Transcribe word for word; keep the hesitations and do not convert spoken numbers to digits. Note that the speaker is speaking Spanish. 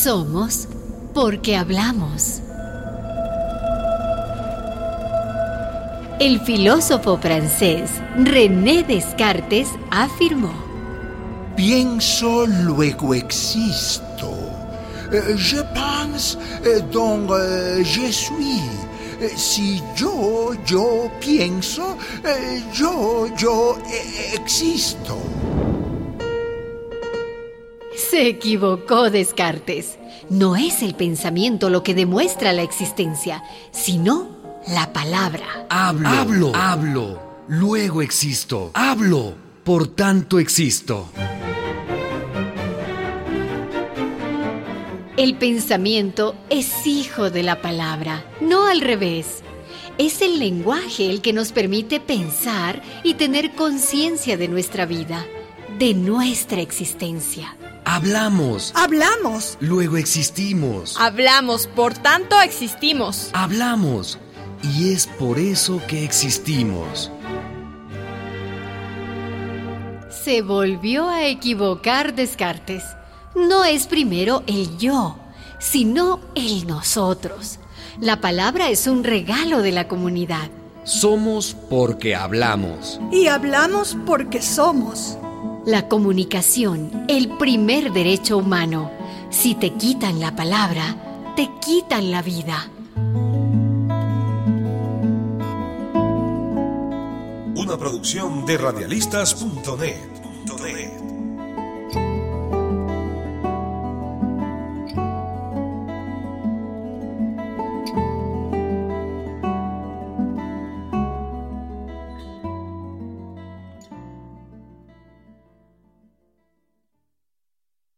Somos porque hablamos. El filósofo francés René Descartes afirmó: pienso, luego existo. Je pense, donc je suis. Si yo, yo pienso, yo, yo existo. Se equivocó Descartes. No es el pensamiento lo que demuestra la existencia, sino la palabra. Hablo, hablo, hablo, luego existo. Hablo, por tanto existo. El pensamiento es hijo de la palabra, no al revés. Es el lenguaje el que nos permite pensar y tener conciencia de nuestra vida, de nuestra existencia. Hablamos. Hablamos. Luego existimos. Hablamos, por tanto existimos. Hablamos. Y es por eso que existimos. Se volvió a equivocar Descartes. No es primero el yo, sino el nosotros. La palabra es un regalo de la comunidad. Somos porque hablamos. Y hablamos porque somos. La comunicación, el primer derecho humano. Si te quitan la palabra, te quitan la vida. Una producción de radialistas punto net.